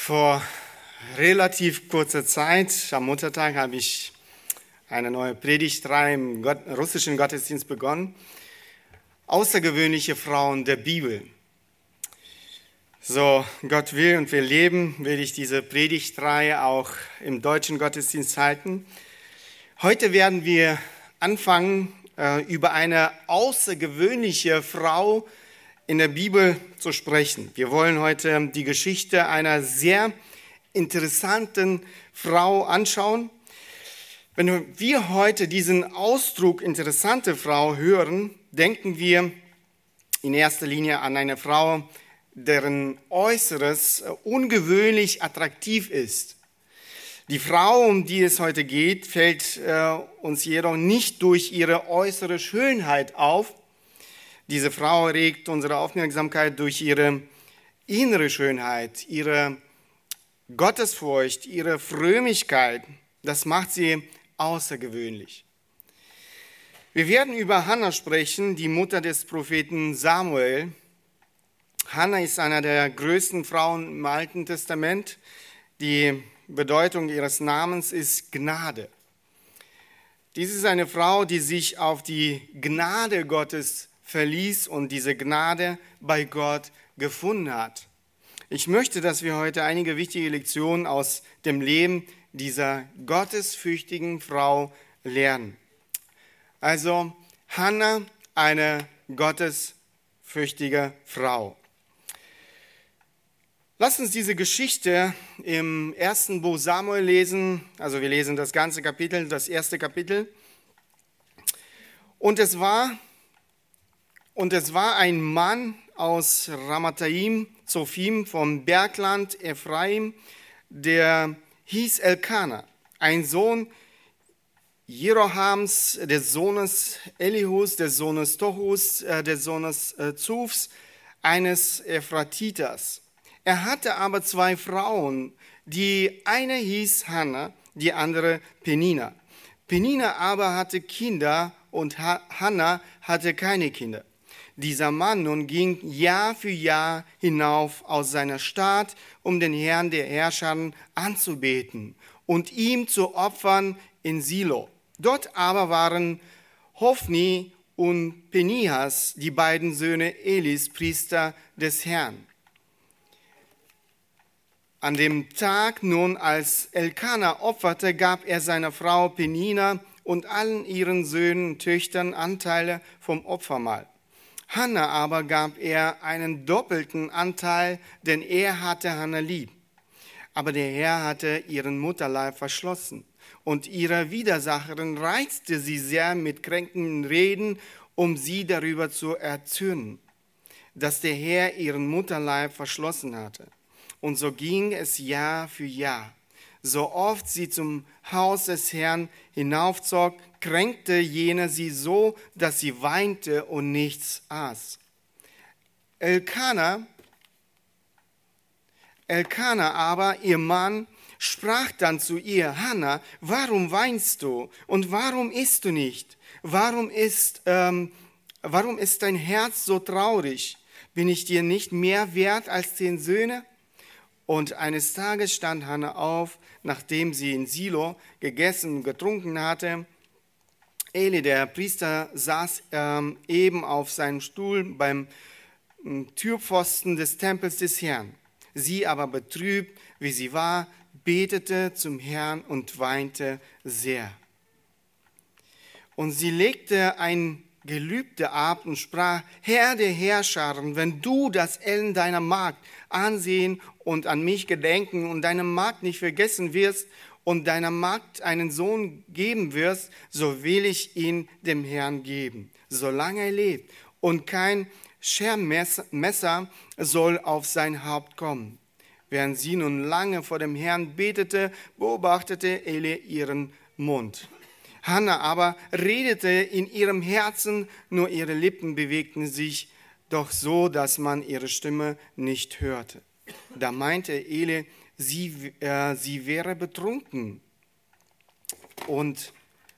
Vor relativ kurzer Zeit, am Muttertag, habe ich eine neue Predigtreihe im russischen Gottesdienst begonnen. Außergewöhnliche Frauen der Bibel. So Gott will und wir leben, will ich diese Predigtreihe auch im deutschen Gottesdienst halten. Heute werden wir anfangen, über eine außergewöhnliche Frau in der Bibel zu sprechen. Wir wollen heute die Geschichte einer sehr interessanten Frau anschauen. Wenn wir heute diesen Ausdruck interessante Frau hören, denken wir in erster Linie an eine Frau, deren Äußeres ungewöhnlich attraktiv ist. Die Frau, um die es heute geht, fällt uns jedoch nicht durch ihre äußere Schönheit auf. Diese Frau regt unsere Aufmerksamkeit durch ihre innere Schönheit, ihre Gottesfurcht, ihre Frömmigkeit. Das macht sie außergewöhnlich. Wir werden über Hannah sprechen, die Mutter des Propheten Samuel. Hannah ist einer der größten Frauen im Alten Testament. Die Bedeutung ihres Namens ist Gnade. Dies ist eine Frau, die sich auf die Gnade Gottes verließ und diese Gnade bei Gott gefunden hat. Ich möchte, dass wir heute einige wichtige Lektionen aus dem Leben dieser gottesfürchtigen Frau lernen. Also Hannah, eine gottesfürchtige Frau. Lass uns diese Geschichte im ersten Buch Samuel lesen. Also wir lesen das ganze Kapitel, das erste Kapitel. Und es war ein Mann aus Ramathaim, Zophim vom Bergland Ephraim, der hieß Elkana, ein Sohn Jerohams, des Sohnes Elihus, des Sohnes Tohus, des Sohnes Zufs, eines Ephratiters. Er hatte aber zwei Frauen, die eine hieß Hannah, die andere Penina. Penina aber hatte Kinder und Hannah hatte keine Kinder. Dieser Mann nun ging Jahr für Jahr hinauf aus seiner Stadt, um den Herrn der Herrscher anzubeten und ihm zu opfern in Silo. Dort aber waren Hophni und Pinehas, die beiden Söhne Elis, Priester des Herrn. An dem Tag nun, als Elkana opferte, gab er seiner Frau Penina und allen ihren Söhnen und Töchtern Anteile vom Opfermahl. Hannah aber gab er einen doppelten Anteil, denn er hatte Hannah lieb. Aber der Herr hatte ihren Mutterleib verschlossen, und ihre Widersacherin reizte sie sehr mit kränkenden Reden, um sie darüber zu erzürnen, dass der Herr ihren Mutterleib verschlossen hatte. Und so ging es Jahr für Jahr. So oft sie zum Haus des Herrn hinaufzog, kränkte jene sie so, dass sie weinte und nichts aß. Elkana aber, ihr Mann, sprach dann zu ihr: Hannah, warum weinst du und warum isst du nicht? Warum ist dein Herz so traurig? Bin ich dir nicht mehr wert als 10 Söhne? Und eines Tages stand Hannah auf, nachdem sie in Silo gegessen und getrunken hatte. Eli, der Priester, saß eben auf seinem Stuhl beim Türpfosten des Tempels des Herrn. Sie aber, betrübt, wie sie war, betete zum Herrn und weinte sehr. Und sie legte ein Gelübde ab und sprach: Herr der Herrscharen, wenn du das Elend deiner Magd ansehen und an mich gedenken und deine Magd nicht vergessen wirst und deiner Magd einen Sohn geben wirst, so will ich ihn dem Herrn geben, solange er lebt. Und kein Schermesser soll auf sein Haupt kommen. Während sie nun lange vor dem Herrn betete, beobachtete Eli ihren Mund. Hannah aber redete in ihrem Herzen, nur ihre Lippen bewegten sich doch so, dass man ihre Stimme nicht hörte. Da meinte Eli, sie wäre betrunken. Und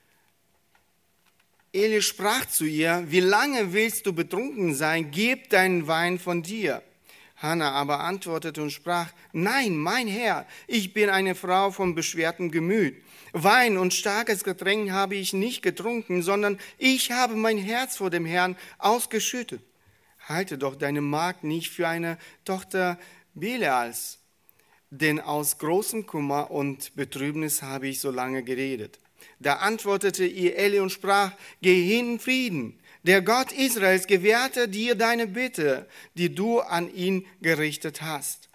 Eli sprach zu ihr: Wie lange willst du betrunken sein? Gib deinen Wein von dir. Hannah aber antwortete und sprach, nein, mein Herr, ich bin eine Frau von beschwertem Gemüt. Wein und starkes Getränk habe ich nicht getrunken, sondern ich habe mein Herz vor dem Herrn ausgeschüttet. Halte doch deine Magd nicht für eine Tochter Belials, denn aus großem Kummer und Betrübnis habe ich so lange geredet. Da antwortete ihr Eli und sprach, geh hin in Frieden. Der Gott Israels gewährte dir deine Bitte, die du an ihn gerichtet hast.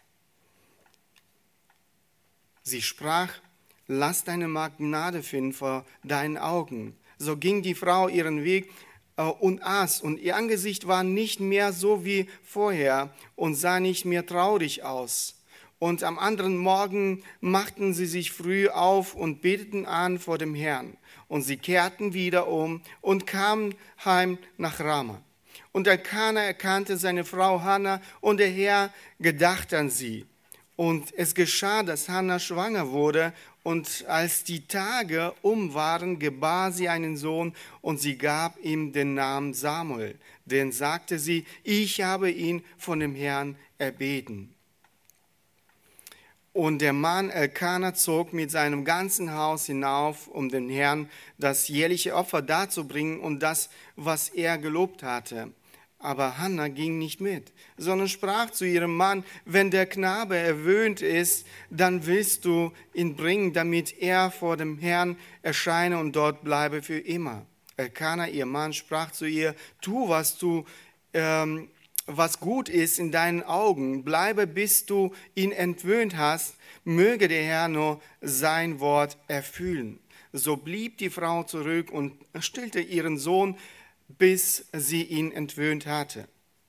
Sie sprach, lass deine Magd Gnade finden vor deinen Augen. So ging die Frau ihren Weg und aß, und ihr Angesicht war nicht mehr so wie vorher und sah nicht mehr traurig aus. Und am anderen Morgen machten sie sich früh auf und beteten an vor dem Herrn. Und sie kehrten wieder um und kamen heim nach Rama. Und Elkana erkannte seine Frau Hannah, und der Herr gedachte an sie. Und es geschah, dass Hannah schwanger wurde, und als die Tage waren, gebar sie einen Sohn, und sie gab ihm den Namen Samuel. Denn sagte sie, ich habe ihn von dem Herrn erbeten. Und der Mann Elkana zog mit seinem ganzen Haus hinauf, um dem Herrn das jährliche Opfer darzubringen und das, was er gelobt hatte. Aber Hannah ging nicht mit, sondern sprach zu ihrem Mann, wenn der Knabe erwöhnt ist, dann willst du ihn bringen, damit er vor dem Herrn erscheine und dort bleibe für immer. Elkana, ihr Mann, sprach zu ihr, tu, was gut ist in deinen Augen, bleibe, bis du ihn entwöhnt hast, möge der Herr nur sein Wort erfüllen. So blieb die Frau zurück und stillte ihren Sohn, bis sie ihn entwöhnt hatte.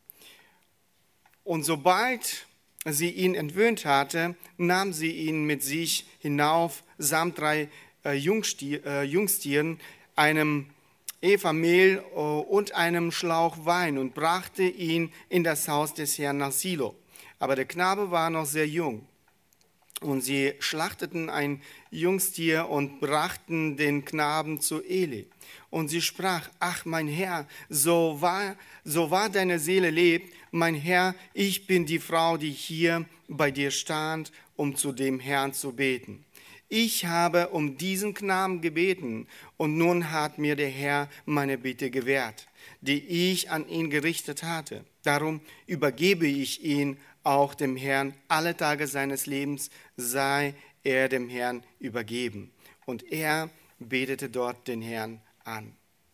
Und sobald sie ihn entwöhnt hatte, nahm sie ihn mit sich hinauf, samt 3 Jungstieren, einem Eva Mehl und einem Schlauch Wein und brachte ihn in das Haus des Herrn nach Silo. Aber der Knabe war noch sehr jung. Und sie schlachteten ein Jungstier und brachten den Knaben zu Eli. Und sie sprach, ach mein Herr, so wahr deine Seele lebt, mein Herr, ich bin die Frau, die hier bei dir stand, um zu dem Herrn zu beten. Ich habe um diesen Knaben gebeten, und nun hat mir der Herr meine Bitte gewährt, die ich an ihn gerichtet hatte. Darum übergebe ich ihn auch dem Herrn. Alle Tage seines Lebens sei er dem Herrn übergeben. Und er betete dort den Herrn an.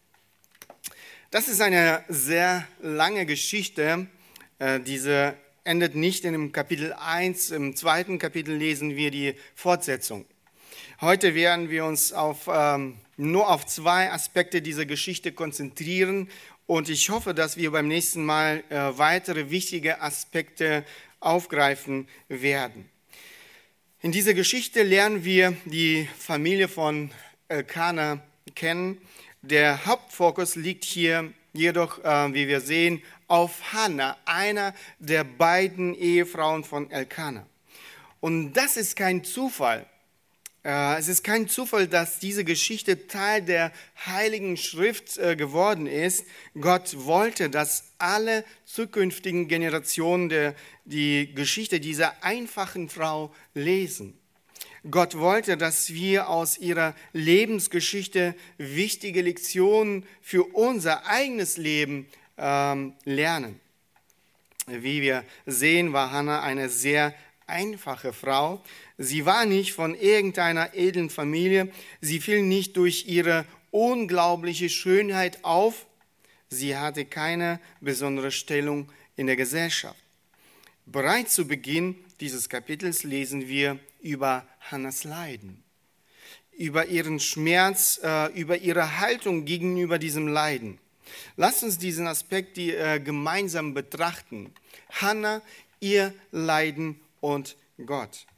Das ist eine sehr lange Geschichte. Diese endet nicht in dem Kapitel 1. Im 2. Kapitel lesen wir die Fortsetzung. Heute werden wir uns nur auf 2 Aspekte dieser Geschichte konzentrieren, und ich hoffe, dass wir beim nächsten Mal weitere wichtige Aspekte aufgreifen werden. In dieser Geschichte lernen wir die Familie von Elkana kennen. Der Hauptfokus liegt hier jedoch, wie wir sehen, auf Hannah, einer der beiden Ehefrauen von Elkana. Und das ist kein Zufall. Es ist kein Zufall, dass diese Geschichte Teil der Heiligen Schrift geworden ist. Gott wollte, dass alle zukünftigen Generationen die Geschichte dieser einfachen Frau lesen. Gott wollte, dass wir aus ihrer Lebensgeschichte wichtige Lektionen für unser eigenes Leben lernen. Wie wir sehen, war Hannah eine sehr einfache Frau. Sie war nicht von irgendeiner edlen Familie. Sie fiel nicht durch ihre unglaubliche Schönheit auf. Sie hatte keine besondere Stellung in der Gesellschaft. Bereits zu Beginn dieses Kapitels lesen wir über Hannahs Leiden, über ihren Schmerz, über ihre Haltung gegenüber diesem Leiden. Lasst uns diesen Aspekt gemeinsam betrachten. Hannah, ihr Leiden und Gott.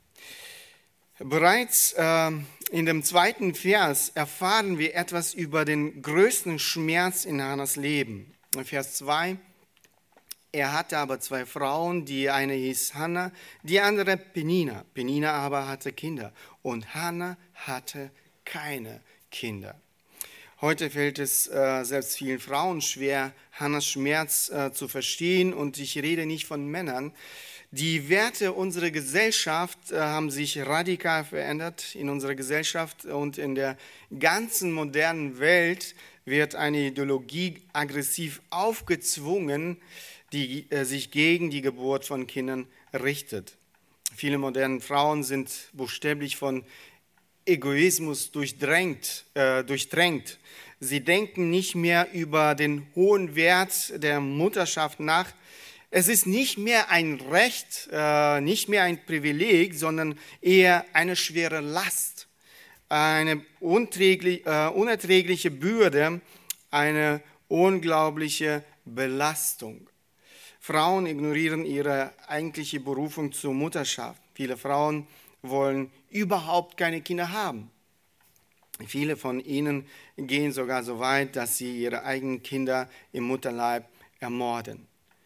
Bereits in dem 2. Vers erfahren wir etwas über den größten Schmerz in Hannahs Leben. In Vers 2, er hatte aber 2 Frauen, die eine hieß Hannah, die andere Penina. Penina aber hatte Kinder und Hannah hatte keine Kinder. Heute fällt es selbst vielen Frauen schwer, Hannas Schmerz zu verstehen, und ich rede nicht von Männern. Die Werte unserer Gesellschaft haben sich radikal verändert in unserer Gesellschaft, und in der ganzen modernen Welt wird eine Ideologie aggressiv aufgezwungen, die sich gegen die Geburt von Kindern richtet. Viele moderne Frauen sind buchstäblich von Egoismus durchdrängt. Sie denken nicht mehr über den hohen Wert der Mutterschaft nach. Es ist nicht mehr ein Recht, nicht mehr ein Privileg, sondern eher eine schwere Last, eine unerträgliche Bürde, eine unglaubliche Belastung. Frauen ignorieren ihre eigentliche Berufung zur Mutterschaft. Viele Frauen wollen überhaupt keine Kinder haben. Viele von ihnen gehen sogar so weit, dass sie ihre eigenen Kinder im Mutterleib ermorden.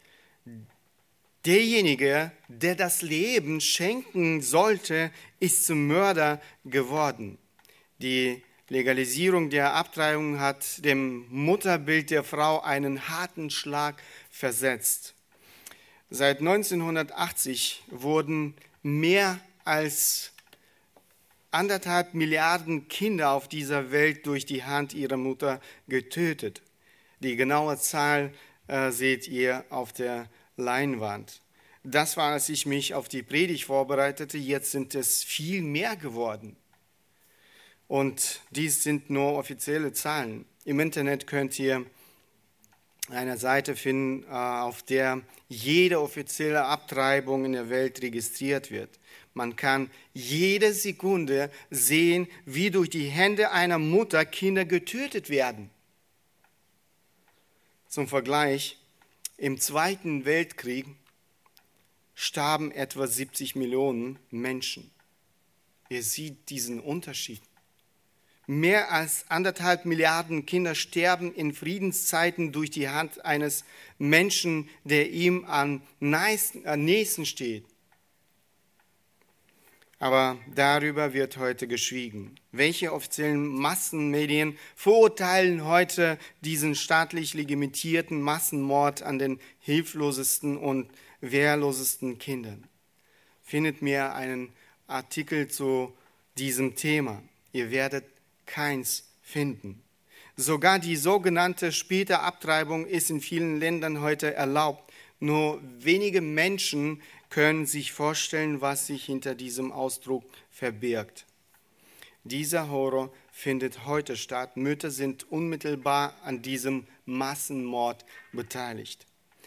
Derjenige, der das Leben schenken sollte, ist zum Mörder geworden. Die Legalisierung der Abtreibung hat dem Mutterbild der Frau einen harten Schlag versetzt. Seit 1980 wurden mehr als 1,5 Milliarden Kinder auf dieser Welt durch die Hand ihrer Mutter getötet. Die genaue Zahl seht ihr auf der Leinwand. Das war, als ich mich auf die Predigt vorbereitete. Jetzt sind es viel mehr geworden. Und dies sind nur offizielle Zahlen. Im Internet könnt ihr eine Seite finden, auf der jede offizielle Abtreibung in der Welt registriert wird. Man kann jede Sekunde sehen, wie durch die Hände einer Mutter Kinder getötet werden. Zum Vergleich, im Zweiten Weltkrieg starben etwa 70 Millionen Menschen. Ihr seht diesen Unterschied. Mehr als 1,5 Milliarden Kinder sterben in Friedenszeiten durch die Hand eines Menschen, der ihm am nächsten steht. Aber darüber wird heute geschwiegen. Welche offiziellen Massenmedien verurteilen heute diesen staatlich legitimierten Massenmord an den hilflosesten und wehrlosesten Kindern? Findet mir einen Artikel zu diesem Thema. Ihr werdet keins finden. Sogar die sogenannte späte Abtreibung ist in vielen Ländern heute erlaubt. Nur wenige Menschen können sich vorstellen, was sich hinter diesem Ausdruck verbirgt. Dieser Horror findet heute statt. Mütter sind unmittelbar an diesem Massenmord beteiligt.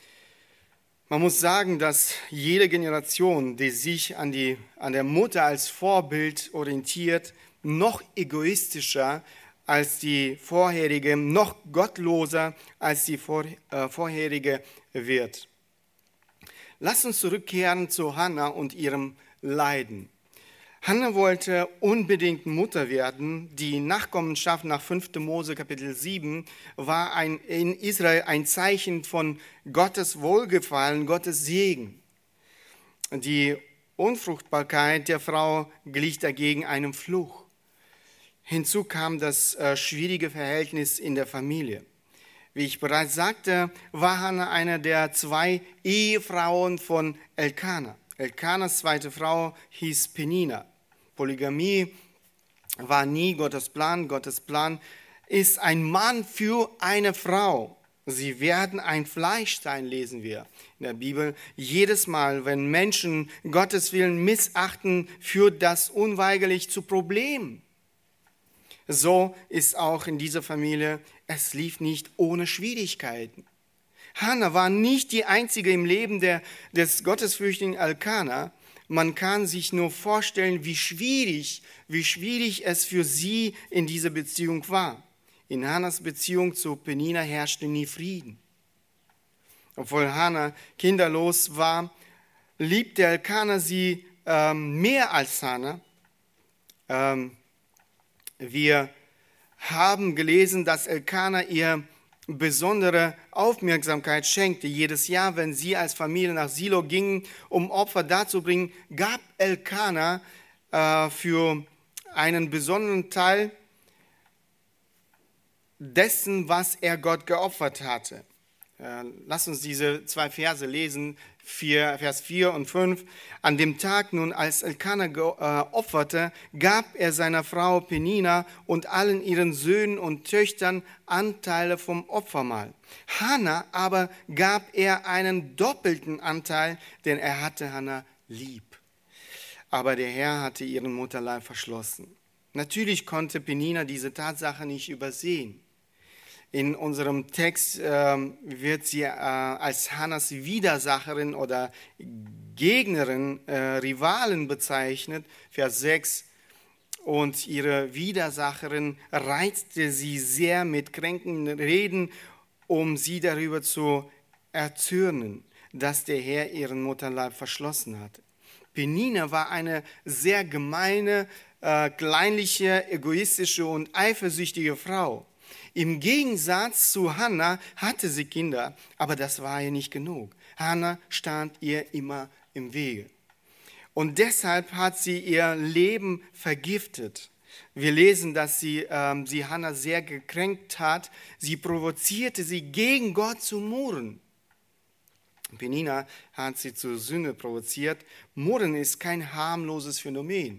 Man muss sagen, dass jede Generation, die sich an der Mutter als Vorbild orientiert, noch egoistischer als die vorherige, noch gottloser als die vorherige wird. Lasst uns zurückkehren zu Hannah und ihrem Leiden. Hannah wollte unbedingt Mutter werden. Die Nachkommenschaft nach 5. Mose Kapitel 7 war in Israel ein Zeichen von Gottes Wohlgefallen, Gottes Segen. Die Unfruchtbarkeit der Frau glich dagegen einem Fluch. Hinzu kam das schwierige Verhältnis in der Familie. Wie ich bereits sagte, war Hannah eine der 2 Ehefrauen von Elkana. Elkanas zweite Frau hieß Penina. Polygamie war nie Gottes Plan. Gottes Plan ist ein Mann für eine Frau. Sie werden ein Fleisch sein, lesen wir in der Bibel. Jedes Mal, wenn Menschen Gottes Willen missachten, führt das unweigerlich zu Problemen. So ist auch in dieser Familie, es lief nicht ohne Schwierigkeiten. Hannah war nicht die einzige im Leben des gottesfürchtigen Elkana. Man kann sich nur vorstellen, wie schwierig es für sie in dieser Beziehung war. In Hannahs Beziehung zu Penina herrschte nie Frieden. Obwohl Hannah kinderlos war, liebte Elkana sie mehr als Hannah. Wir haben gelesen, dass Elkana ihr besondere Aufmerksamkeit schenkte. Jedes Jahr, wenn sie als Familie nach Silo gingen, um Opfer darzubringen, gab Elkana für einen besonderen Teil dessen, was er Gott geopfert hatte. Lass uns diese 2 Verse lesen, Vers 4 und 5. An dem Tag nun, als Elkana opferte, gab er seiner Frau Penina und allen ihren Söhnen und Töchtern Anteile vom Opfermahl. Hannah aber gab er einen doppelten Anteil, denn er hatte Hannah lieb. Aber der Herr hatte ihren Mutterleib verschlossen. Natürlich konnte Penina diese Tatsache nicht übersehen. In unserem Text wird sie als Hannas Widersacherin oder Gegnerin, Rivalin bezeichnet, Vers 6. Und ihre Widersacherin reizte sie sehr mit kränkenden Reden, um sie darüber zu erzürnen, dass der Herr ihren Mutterleib verschlossen hatte. Penina war eine sehr gemeine, kleinliche, egoistische und eifersüchtige Frau. Im Gegensatz zu Hannah hatte sie Kinder, aber das war ihr nicht genug. Hannah stand ihr immer im Wege. Und deshalb hat sie ihr Leben vergiftet. Wir lesen, dass sie Hannah sehr gekränkt hat. Sie provozierte sie, gegen Gott zu murren. Penina hat sie zur Sünde provoziert. Murren ist kein harmloses Phänomen.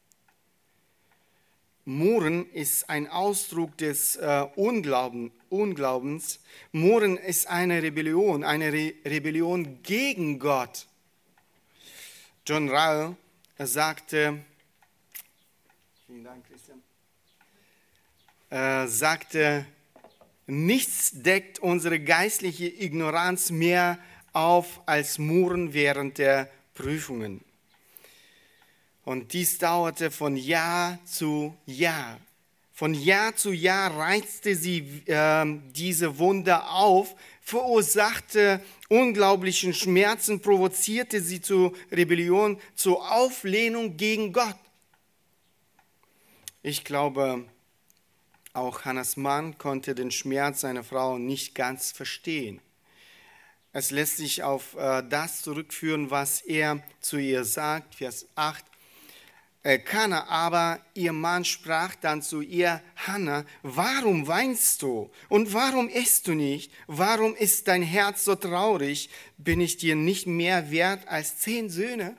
Murren ist ein Ausdruck des Unglaubens. Murren ist eine Rebellion gegen Gott. John Ryle sagte, vielen Dank, Christian, nichts deckt unsere geistliche Ignoranz mehr auf als Murren während der Prüfungen. Und dies dauerte von Jahr zu Jahr. Von Jahr zu Jahr reizte sie diese Wunder auf, verursachte unglaublichen Schmerzen, provozierte sie zur Rebellion, zur Auflehnung gegen Gott. Ich glaube, auch Hannas Mann konnte den Schmerz seiner Frau nicht ganz verstehen. Es lässt sich auf das zurückführen, was er zu ihr sagt, Vers 8. Elkana aber, ihr Mann, sprach dann zu ihr: Hannah, warum weinst du und warum isst du nicht? Warum ist dein Herz so traurig? Bin ich dir nicht mehr wert als 10 Söhne?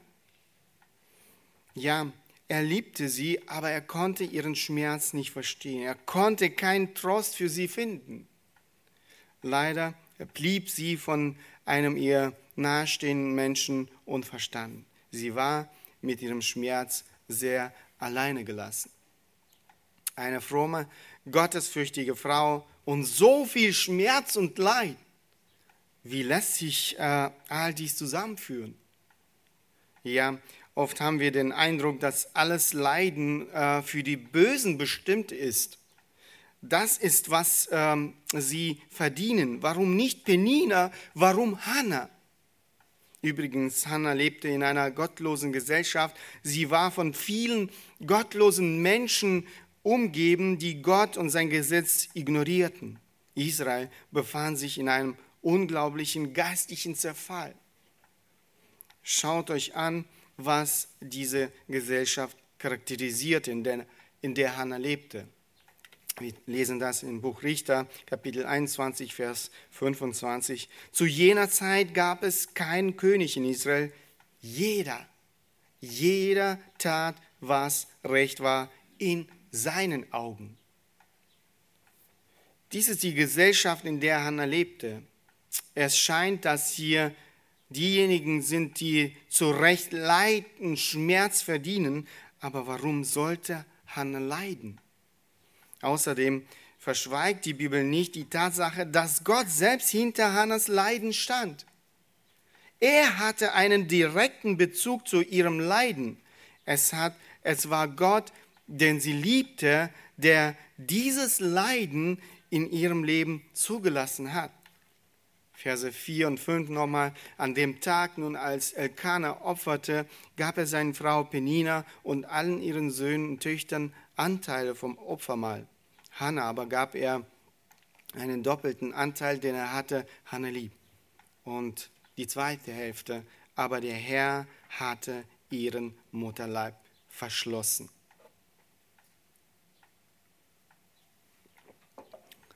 Ja, er liebte sie, aber er konnte ihren Schmerz nicht verstehen. Er konnte keinen Trost für sie finden. Leider blieb sie von einem ihr nahestehenden Menschen unverstanden. Sie war mit ihrem Schmerz sehr alleine gelassen. Eine fromme, gottesfürchtige Frau und so viel Schmerz und Leid. Wie lässt sich all dies zusammenführen? Ja, oft haben wir den Eindruck, dass alles Leiden für die Bösen bestimmt ist. Das ist, was sie verdienen. Warum nicht Penina? Warum Hannah? Übrigens, Hannah lebte in einer gottlosen Gesellschaft. Sie war von vielen gottlosen Menschen umgeben, die Gott und sein Gesetz ignorierten. Israel befand sich in einem unglaublichen geistlichen Zerfall. Schaut euch an, was diese Gesellschaft charakterisierte, in der Hannah lebte. Wir lesen das im Buch Richter, Kapitel 21, Vers 25. Zu jener Zeit gab es keinen König in Israel. Jeder tat, was recht war in seinen Augen. Dies ist die Gesellschaft, in der Hannah lebte. Es scheint, dass hier diejenigen sind, die zu Recht Leid und Schmerz verdienen. Aber warum sollte Hannah leiden? Außerdem verschweigt die Bibel nicht die Tatsache, dass Gott selbst hinter Hannas Leiden stand. Er hatte einen direkten Bezug zu ihrem Leiden. Es war Gott, den sie liebte, der dieses Leiden in ihrem Leben zugelassen hat. Verse 4 und 5 nochmal. An dem Tag nun, als Elkana opferte, gab er seiner Frau Penina und allen ihren Söhnen und Töchtern Anteile vom Opfermahl. Hannah aber gab er einen doppelten Anteil, den er hatte, Hannah lieb. Und die zweite Hälfte, aber der Herr hatte ihren Mutterleib verschlossen.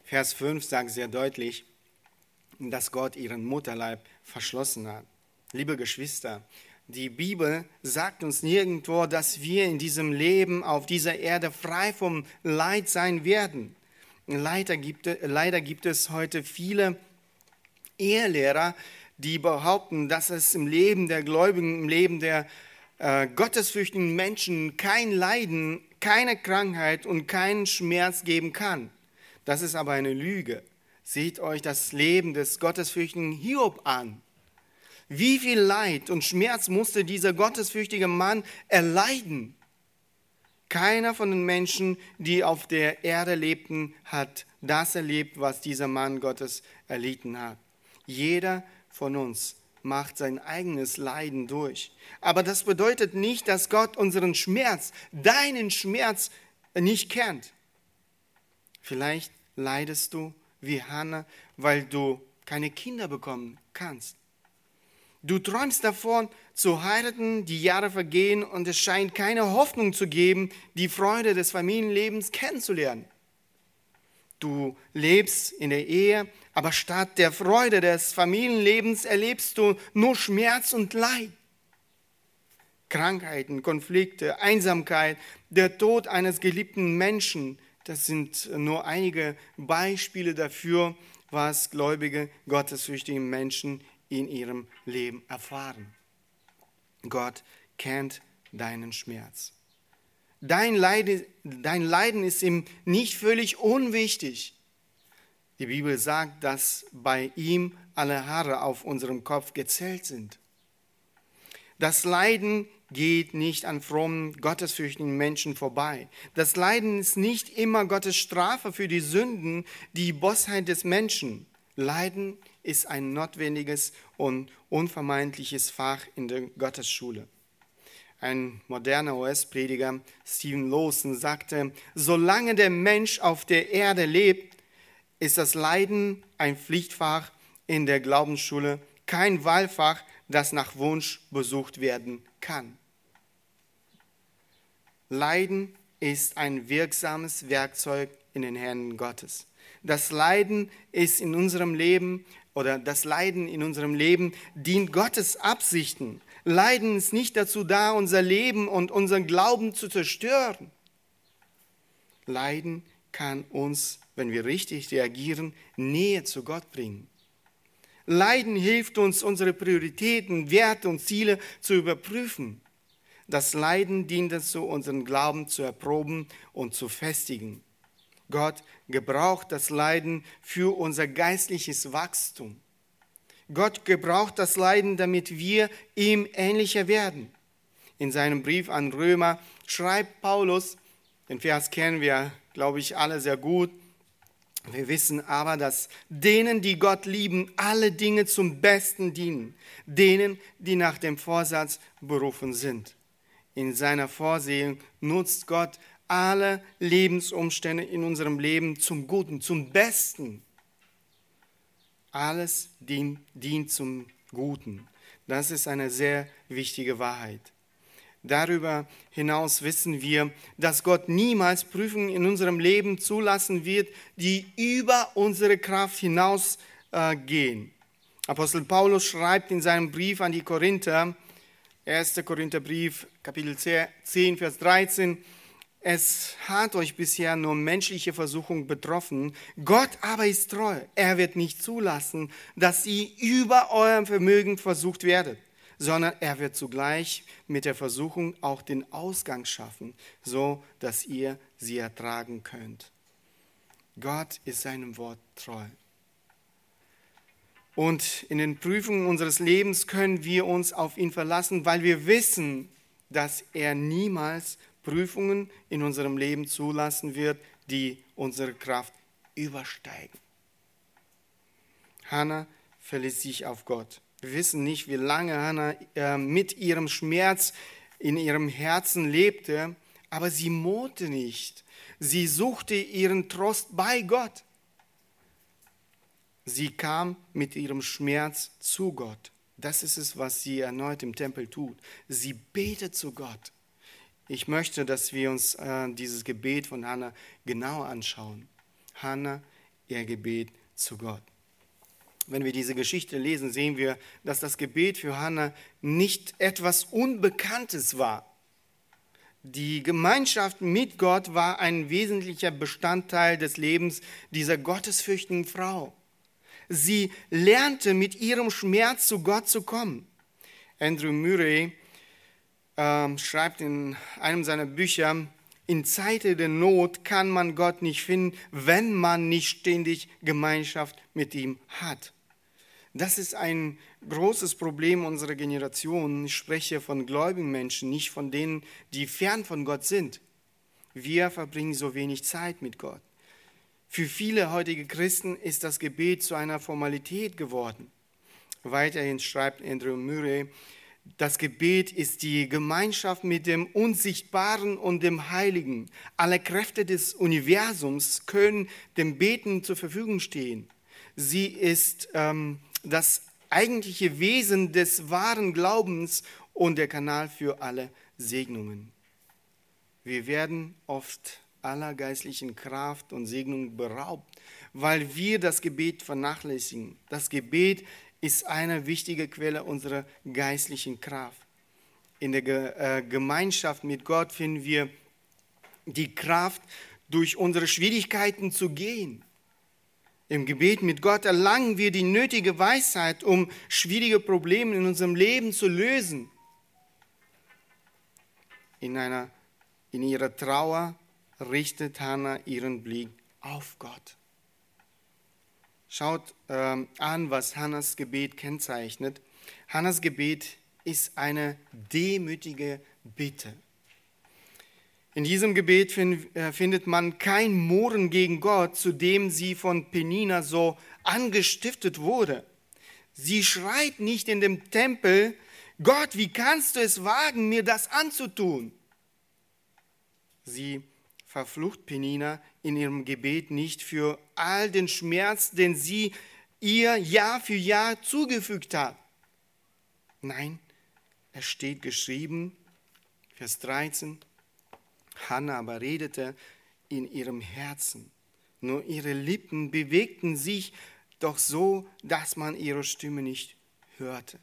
Vers 5 sagt sehr deutlich, dass Gott ihren Mutterleib verschlossen hat. Liebe Geschwister, die Bibel sagt uns nirgendwo, dass wir in diesem Leben auf dieser Erde frei vom Leid sein werden. Leider gibt es heute viele Ehelehrer, die behaupten, dass es im Leben der Gläubigen, im Leben der gottesfürchtigen Menschen kein Leiden, keine Krankheit und keinen Schmerz geben kann. Das ist aber eine Lüge. Seht euch das Leben des gottesfürchtigen Hiob an. Wie viel Leid und Schmerz musste dieser gottesfürchtige Mann erleiden? Keiner von den Menschen, die auf der Erde lebten, hat das erlebt, was dieser Mann Gottes erlitten hat. Jeder von uns macht sein eigenes Leiden durch. Aber das bedeutet nicht, dass Gott unseren Schmerz, deinen Schmerz nicht kennt. Vielleicht leidest du wie Hannah, weil du keine Kinder bekommen kannst. Du träumst davon, zu heiraten, die Jahre vergehen und es scheint keine Hoffnung zu geben, die Freude des Familienlebens kennenzulernen. Du lebst in der Ehe, aber statt der Freude des Familienlebens erlebst du nur Schmerz und Leid. Krankheiten, Konflikte, Einsamkeit, der Tod eines geliebten Menschen, das sind nur einige Beispiele dafür, was gläubige, gottesfürchtige Menschen in ihrem Leben erfahren. Gott kennt deinen Schmerz. Dein Leiden ist ihm nicht völlig unwichtig. Die Bibel sagt, dass bei ihm alle Haare auf unserem Kopf gezählt sind. Das Leiden geht nicht an frommen, gottesfürchtigen Menschen vorbei. Das Leiden ist nicht immer Gottes Strafe für die Sünden, die Bosheit des Menschen. Leiden ist ein notwendiges und unvermeidliches Fach in der Gottesschule. Ein moderner US-Prediger, Stephen Lawson, sagte, solange der Mensch auf der Erde lebt, ist das Leiden ein Pflichtfach in der Glaubensschule, kein Wahlfach, das nach Wunsch besucht werden kann. Leiden ist ein wirksames Werkzeug in den Händen Gottes. Das Leiden ist in unserem Leben das Leiden in unserem Leben dient Gottes Absichten. Leiden ist nicht dazu da, unser Leben und unseren Glauben zu zerstören. Leiden kann uns, wenn wir richtig reagieren, Nähe zu Gott bringen. Leiden hilft uns, unsere Prioritäten, Werte und Ziele zu überprüfen. Das Leiden dient dazu, unseren Glauben zu erproben und zu festigen. Gott gebraucht das Leiden für unser geistliches Wachstum. Gott gebraucht das Leiden, damit wir ihm ähnlicher werden. In seinem Brief an Römer schreibt Paulus, den Vers kennen wir, glaube ich, alle sehr gut. Wir wissen aber, dass denen, die Gott lieben, alle Dinge zum Besten dienen. Denen, die nach dem Vorsatz berufen sind. In seiner Vorsehung nutzt Gott alle Lebensumstände in unserem Leben zum Guten, zum Besten. Alles dient zum Guten. Das ist eine sehr wichtige Wahrheit. Darüber hinaus wissen wir, dass Gott niemals Prüfungen in unserem Leben zulassen wird, die über unsere Kraft hinausgehen. Apostel Paulus schreibt in seinem Brief an die Korinther, 1. Korintherbrief, Kapitel 10, Vers 13, es hat euch bisher nur menschliche Versuchung betroffen. Gott aber ist treu. Er wird nicht zulassen, dass ihr über eurem Vermögen versucht werdet, sondern er wird zugleich mit der Versuchung auch den Ausgang schaffen, so dass ihr sie ertragen könnt. Gott ist seinem Wort treu. Und in den Prüfungen unseres Lebens können wir uns auf ihn verlassen, weil wir wissen, dass er niemals Prüfungen in unserem Leben zulassen wird, die unsere Kraft übersteigen. Hannah verlässt sich auf Gott. Wir wissen nicht, wie lange Hannah mit ihrem Schmerz in ihrem Herzen lebte, aber sie murrte nicht. Sie suchte ihren Trost bei Gott. Sie kam mit ihrem Schmerz zu Gott. Das ist es, was sie erneut im Tempel tut. Sie betet zu Gott. Ich möchte, dass wir uns dieses Gebet von Hannah genau anschauen. Hannah ihr Gebet zu Gott. Wenn wir diese Geschichte lesen, sehen wir, dass das Gebet für Hannah nicht etwas Unbekanntes war. Die Gemeinschaft mit Gott war ein wesentlicher Bestandteil des Lebens dieser gottesfürchtigen Frau. Sie lernte mit ihrem Schmerz zu Gott zu kommen. Andrew Murray schreibt in einem seiner Bücher, in Zeiten der Not kann man Gott nicht finden, wenn man nicht ständig Gemeinschaft mit ihm hat. Das ist ein großes Problem unserer Generation. Ich spreche von gläubigen Menschen, nicht von denen, die fern von Gott sind. Wir verbringen so wenig Zeit mit Gott. Für viele heutige Christen ist das Gebet zu einer Formalität geworden. Weiterhin schreibt Andrew Murray, das Gebet ist die Gemeinschaft mit dem Unsichtbaren und dem Heiligen. Alle Kräfte des Universums können dem Beten zur Verfügung stehen. Sie ist das eigentliche Wesen des wahren Glaubens und der Kanal für alle Segnungen. Wir werden oft aller geistlichen Kraft und Segnung beraubt, weil wir das Gebet vernachlässigen. Das Gebet ist eine wichtige Quelle unserer geistlichen Kraft. In der Gemeinschaft mit Gott finden wir die Kraft, durch unsere Schwierigkeiten zu gehen. Im Gebet mit Gott erlangen wir die nötige Weisheit, um schwierige Probleme in unserem Leben zu lösen. In ihrer Trauer richtet Hannah ihren Blick auf Gott. Schaut an, was Hannahs Gebet kennzeichnet. Hannahs Gebet ist eine demütige Bitte. In diesem Gebet findet man kein Murren gegen Gott, zu dem sie von Penina so angestiftet wurde. Sie schreit nicht in dem Tempel, Gott, wie kannst du es wagen, mir das anzutun? Sie verflucht Penina in ihrem Gebet nicht für all den Schmerz, den sie ihr Jahr für Jahr zugefügt hat. Nein, es steht geschrieben, Vers 13, Hannah aber redete in ihrem Herzen. Nur ihre Lippen bewegten sich doch so, dass man ihre Stimme nicht hörte.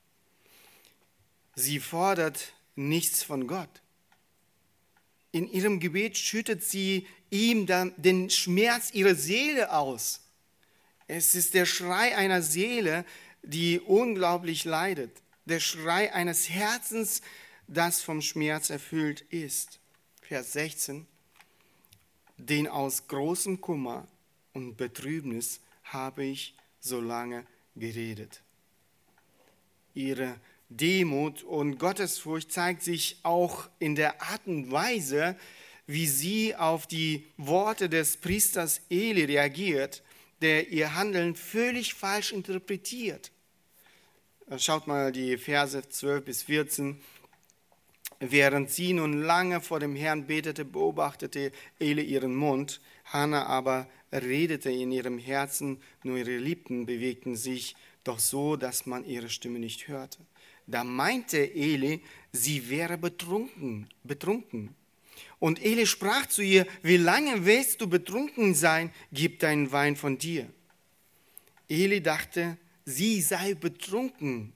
Sie fordert nichts von Gott. In ihrem Gebet schüttet sie ihm dann den Schmerz ihrer Seele aus. Es ist der Schrei einer Seele, die unglaublich leidet. Der Schrei eines Herzens, das vom Schmerz erfüllt ist. Vers 16. Den aus großem Kummer und Betrübnis habe ich so lange geredet. Ihre Demut und Gottesfurcht zeigt sich auch in der Art und Weise, wie sie auf die Worte des Priesters Eli reagiert, der ihr Handeln völlig falsch interpretiert. Schaut mal die Verse 12 bis 14. Während sie nun lange vor dem Herrn betete, beobachtete Eli ihren Mund. Hannah aber redete in ihrem Herzen, nur ihre Lippen bewegten sich doch so, dass man ihre Stimme nicht hörte. Da meinte Eli, sie wäre betrunken. Und Eli sprach zu ihr, wie lange willst du betrunken sein? Gib deinen Wein von dir. Eli dachte, sie sei betrunken.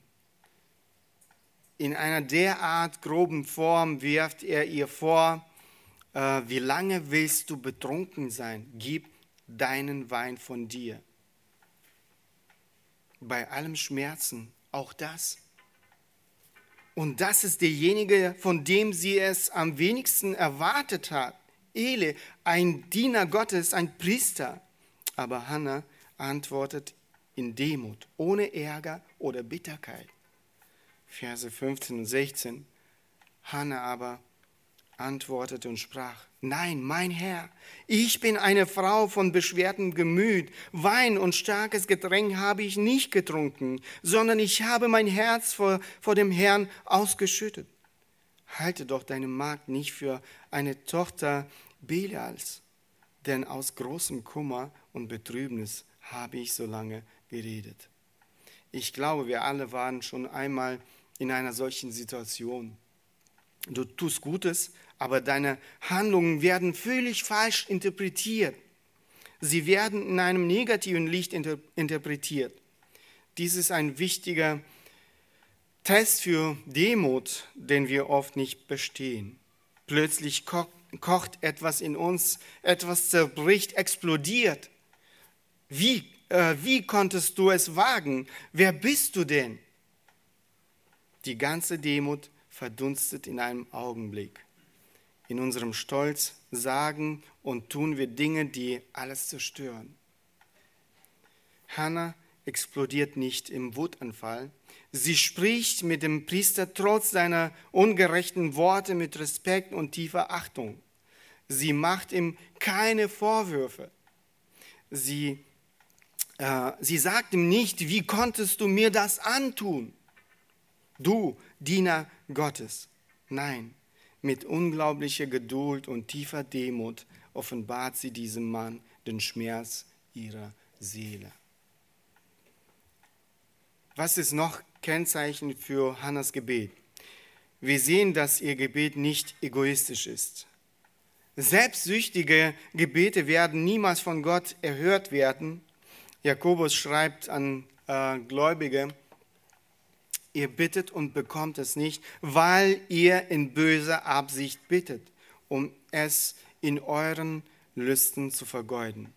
In einer derart groben Form wirft er ihr vor, wie lange willst du betrunken sein? Gib deinen Wein von dir. Bei allem Schmerzen, auch das. Und das ist derjenige, von dem sie es am wenigsten erwartet hat. Eli, ein Diener Gottes, ein Priester. Aber Hannah antwortet in Demut, ohne Ärger oder Bitterkeit. Verse 15 und 16. Hannah aber antwortete und sprach, nein, mein Herr, ich bin eine Frau von beschwertem Gemüt. Wein und starkes Getränk habe ich nicht getrunken, sondern ich habe mein Herz vor dem Herrn ausgeschüttet. Halte doch deine Magd nicht für eine Tochter Belials, denn aus großem Kummer und Betrübnis habe ich so lange geredet. Ich glaube, wir alle waren schon einmal in einer solchen Situation. Du tust Gutes, aber deine Handlungen werden völlig falsch interpretiert. Sie werden in einem negativen Licht interpretiert. Dies ist ein wichtiger Test für Demut, den wir oft nicht bestehen. Plötzlich kocht etwas in uns, etwas zerbricht, explodiert. Wie konntest du es wagen? Wer bist du denn? Die ganze Demut verdunstet in einem Augenblick. In unserem Stolz sagen und tun wir Dinge, die alles zerstören. Hannah explodiert nicht im Wutanfall. Sie spricht mit dem Priester trotz seiner ungerechten Worte mit Respekt und tiefer Achtung. Sie macht ihm keine Vorwürfe. Sie sagt ihm nicht, wie konntest du mir das antun? Du, Diener Gottes. Nein, mit unglaublicher Geduld und tiefer Demut offenbart sie diesem Mann den Schmerz ihrer Seele. Was ist noch Kennzeichen für Hannas Gebet? Wir sehen, dass ihr Gebet nicht egoistisch ist. Selbstsüchtige Gebete werden niemals von Gott erhört werden. Jakobus schreibt an Gläubige, ihr bittet und bekommt es nicht, weil ihr in böser Absicht bittet, um es in euren Lüsten zu vergeuden.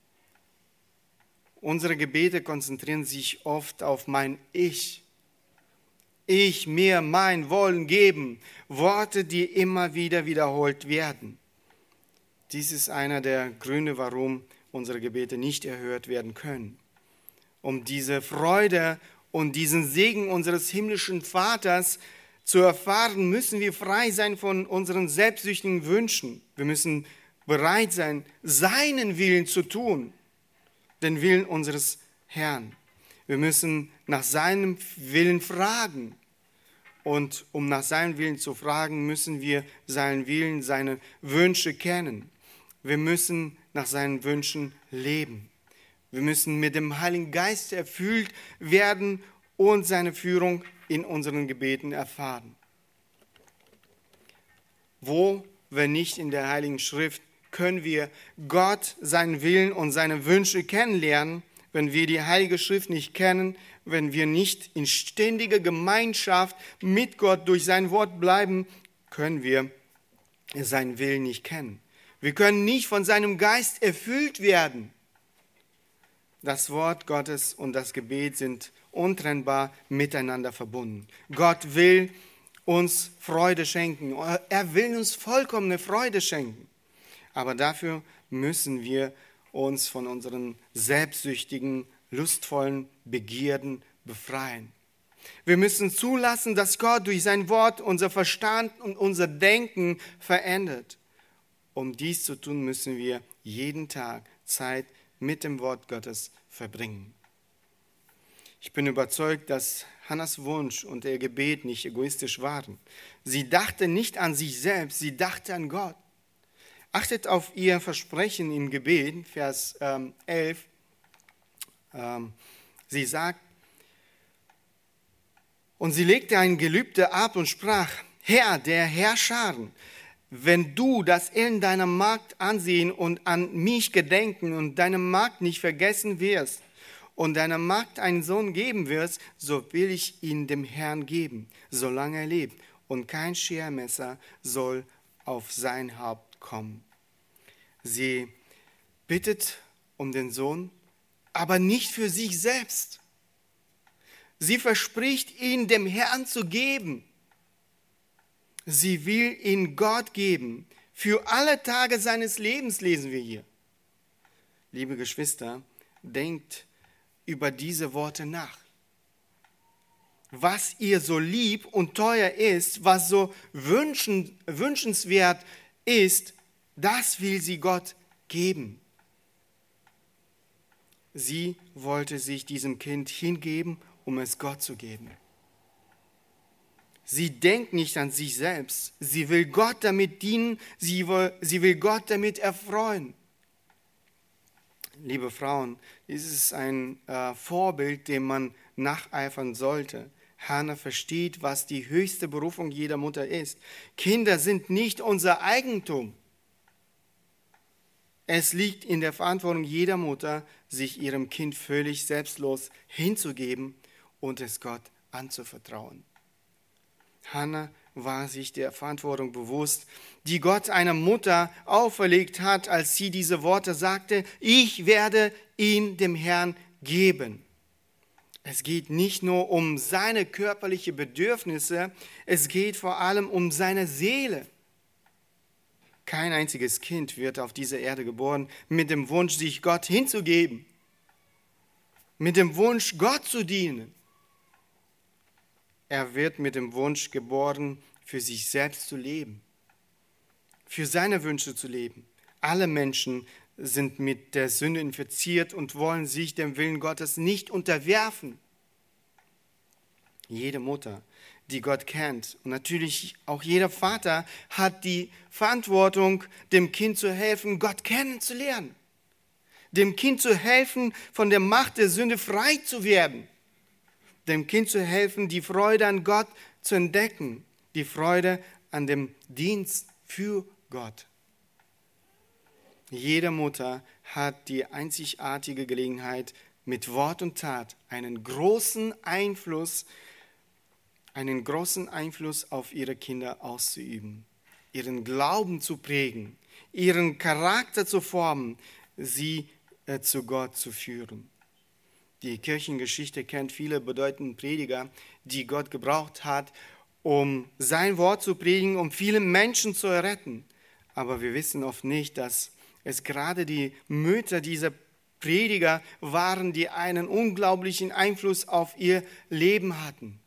Unsere Gebete konzentrieren sich oft auf mein Ich. Ich, mir, mein Wollen geben. Worte, die immer wieder wiederholt werden. Dies ist einer der Gründe, warum unsere Gebete nicht erhört werden können. Um diese Freude und diesen Segen unseres himmlischen Vaters zu erfahren, müssen wir frei sein von unseren selbstsüchtigen Wünschen. Wir müssen bereit sein, seinen Willen zu tun, den Willen unseres Herrn. Wir müssen nach seinem Willen fragen. Und um nach seinem Willen zu fragen, müssen wir seinen Willen, seine Wünsche kennen. Wir müssen nach seinen Wünschen leben. Wir müssen mit dem Heiligen Geist erfüllt werden und seine Führung in unseren Gebeten erfahren. Wo, wenn nicht in der Heiligen Schrift, können wir Gott, seinen Willen und seine Wünsche kennenlernen, wenn wir die Heilige Schrift nicht kennen, wenn wir nicht in ständiger Gemeinschaft mit Gott durch sein Wort bleiben, können wir seinen Willen nicht kennen. Wir können nicht von seinem Geist erfüllt werden. Das Wort Gottes und das Gebet sind untrennbar miteinander verbunden. Gott will uns Freude schenken. Er will uns vollkommene Freude schenken. Aber dafür müssen wir uns von unseren selbstsüchtigen, lustvollen Begierden befreien. Wir müssen zulassen, dass Gott durch sein Wort unser Verstand und unser Denken verändert. Um dies zu tun, müssen wir jeden Tag Zeit mit dem Wort Gottes verbringen. Ich bin überzeugt, dass Hannas Wunsch und ihr Gebet nicht egoistisch waren. Sie dachte nicht an sich selbst, sie dachte an Gott. Achtet auf ihr Versprechen im Gebet, Vers 11. Sie sagt, und sie legte ein Gelübde ab und sprach, Herr, der Herrscharen, wenn du das Elend deiner Magd ansehen und an mich gedenken und deine Magd nicht vergessen wirst und deiner Magd einen Sohn geben wirst, so will ich ihn dem Herrn geben, solange er lebt, und kein Schermesser soll auf sein Haupt kommen. Sie bittet um den Sohn, aber nicht für sich selbst. Sie verspricht, ihn dem Herrn zu geben. Sie will ihn Gott geben. Für alle Tage seines Lebens, lesen wir hier. Liebe Geschwister, denkt über diese Worte nach. Was ihr so lieb und teuer ist, was so wünschenswert ist, das will sie Gott geben. Sie wollte sich diesem Kind hingeben, um es Gott zu geben. Sie denkt nicht an sich selbst. Sie will Gott damit dienen. Sie will Gott damit erfreuen. Liebe Frauen, dies ist ein Vorbild, dem man nacheifern sollte. Hannah versteht, was die höchste Berufung jeder Mutter ist. Kinder sind nicht unser Eigentum. Es liegt in der Verantwortung jeder Mutter, sich ihrem Kind völlig selbstlos hinzugeben und es Gott anzuvertrauen. Hannah war sich der Verantwortung bewusst, die Gott einer Mutter auferlegt hat, als sie diese Worte sagte: Ich werde ihn dem Herrn geben. Es geht nicht nur um seine körperlichen Bedürfnisse, es geht vor allem um seine Seele. Kein einziges Kind wird auf dieser Erde geboren mit dem Wunsch, sich Gott hinzugeben, mit dem Wunsch, Gott zu dienen. Er wird mit dem Wunsch geboren, für sich selbst zu leben, für seine Wünsche zu leben. Alle Menschen sind mit der Sünde infiziert und wollen sich dem Willen Gottes nicht unterwerfen. Jede Mutter, die Gott kennt, und natürlich auch jeder Vater, hat die Verantwortung, dem Kind zu helfen, Gott kennenzulernen. Dem Kind zu helfen, von der Macht der Sünde frei zu werden. Dem Kind zu helfen, die Freude an Gott zu entdecken. Die Freude an dem Dienst für Gott. Jede Mutter hat die einzigartige Gelegenheit, mit Wort und Tat einen großen Einfluss auf ihre Kinder auszuüben, ihren Glauben zu prägen, ihren Charakter zu formen, sie zu Gott zu führen. Die Kirchengeschichte kennt viele bedeutende Prediger, die Gott gebraucht hat, um sein Wort zu predigen, um viele Menschen zu erretten. Aber wir wissen oft nicht, dass es gerade die Mütter dieser Prediger waren, die einen unglaublichen Einfluss auf ihr Leben hatten.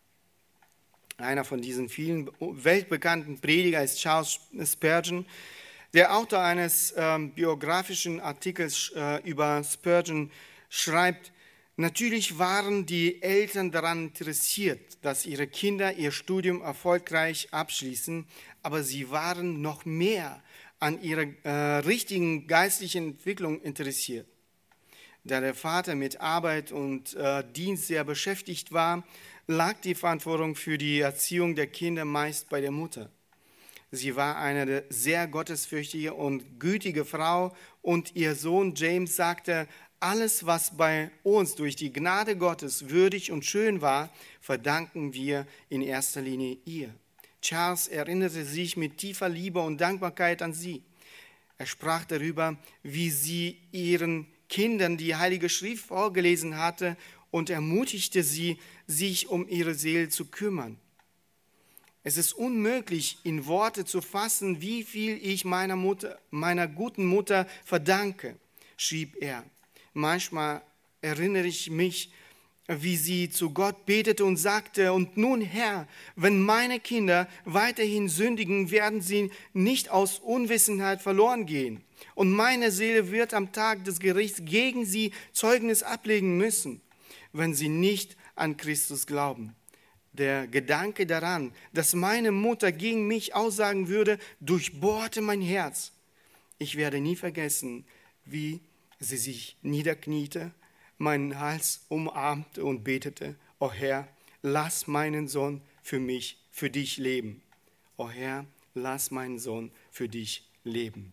Einer von diesen vielen weltbekannten Prediger ist Charles Spurgeon. Der Autor eines biografischen Artikels über Spurgeon schreibt: Natürlich waren die Eltern daran interessiert, dass ihre Kinder ihr Studium erfolgreich abschließen, aber sie waren noch mehr an ihrer richtigen geistlichen Entwicklung interessiert. Da der Vater mit Arbeit und Dienst sehr beschäftigt war, lag die Verantwortung für die Erziehung der Kinder meist bei der Mutter. Sie war eine sehr gottesfürchtige und gütige Frau und ihr Sohn James sagte: Alles, was bei uns durch die Gnade Gottes würdig und schön war, verdanken wir in erster Linie ihr. Charles erinnerte sich mit tiefer Liebe und Dankbarkeit an sie. Er sprach darüber, wie sie ihren Kindern die Heilige Schrift vorgelesen hatte und ermutigte sie, sich um ihre Seele zu kümmern. Es ist unmöglich, in Worte zu fassen, wie viel ich meiner guten Mutter verdanke, schrieb er. Manchmal erinnere ich mich, wie sie zu Gott betete und sagte: Und nun, Herr, wenn meine Kinder weiterhin sündigen, werden sie nicht aus Unwissenheit verloren gehen. Und meine Seele wird am Tag des Gerichts gegen sie Zeugnis ablegen müssen, wenn sie nicht an Christus glauben. Der Gedanke daran, dass meine Mutter gegen mich aussagen würde, durchbohrte mein Herz. Ich werde nie vergessen, wie sie sich niederkniete, meinen Hals umarmte und betete: O Herr, lass meinen Sohn für mich, für dich leben. O Herr, lass meinen Sohn für dich leben.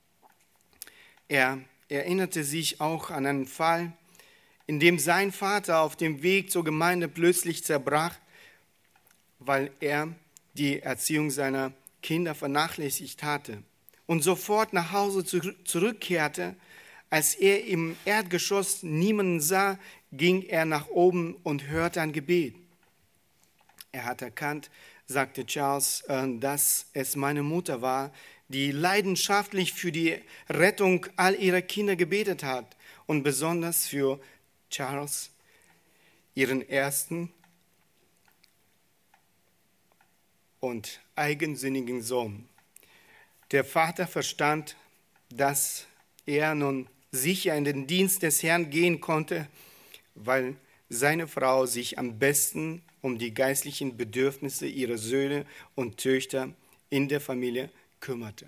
Er erinnerte sich auch an einen Fall, in dem sein Vater auf dem Weg zur Gemeinde plötzlich zerbrach, weil er die Erziehung seiner Kinder vernachlässigt hatte und sofort nach Hause zurückkehrte. Als er im Erdgeschoss niemanden sah, ging er nach oben und hörte ein Gebet. Er hat erkannt, sagte Charles, dass es meine Mutter war, die leidenschaftlich für die Rettung all ihrer Kinder gebetet hat und besonders für Charles, ihren ersten und eigensinnigen Sohn. Der Vater verstand, dass er nun sicher in den Dienst des Herrn gehen konnte, weil seine Frau sich am besten um die geistlichen Bedürfnisse ihrer Söhne und Töchter in der Familie kümmerte.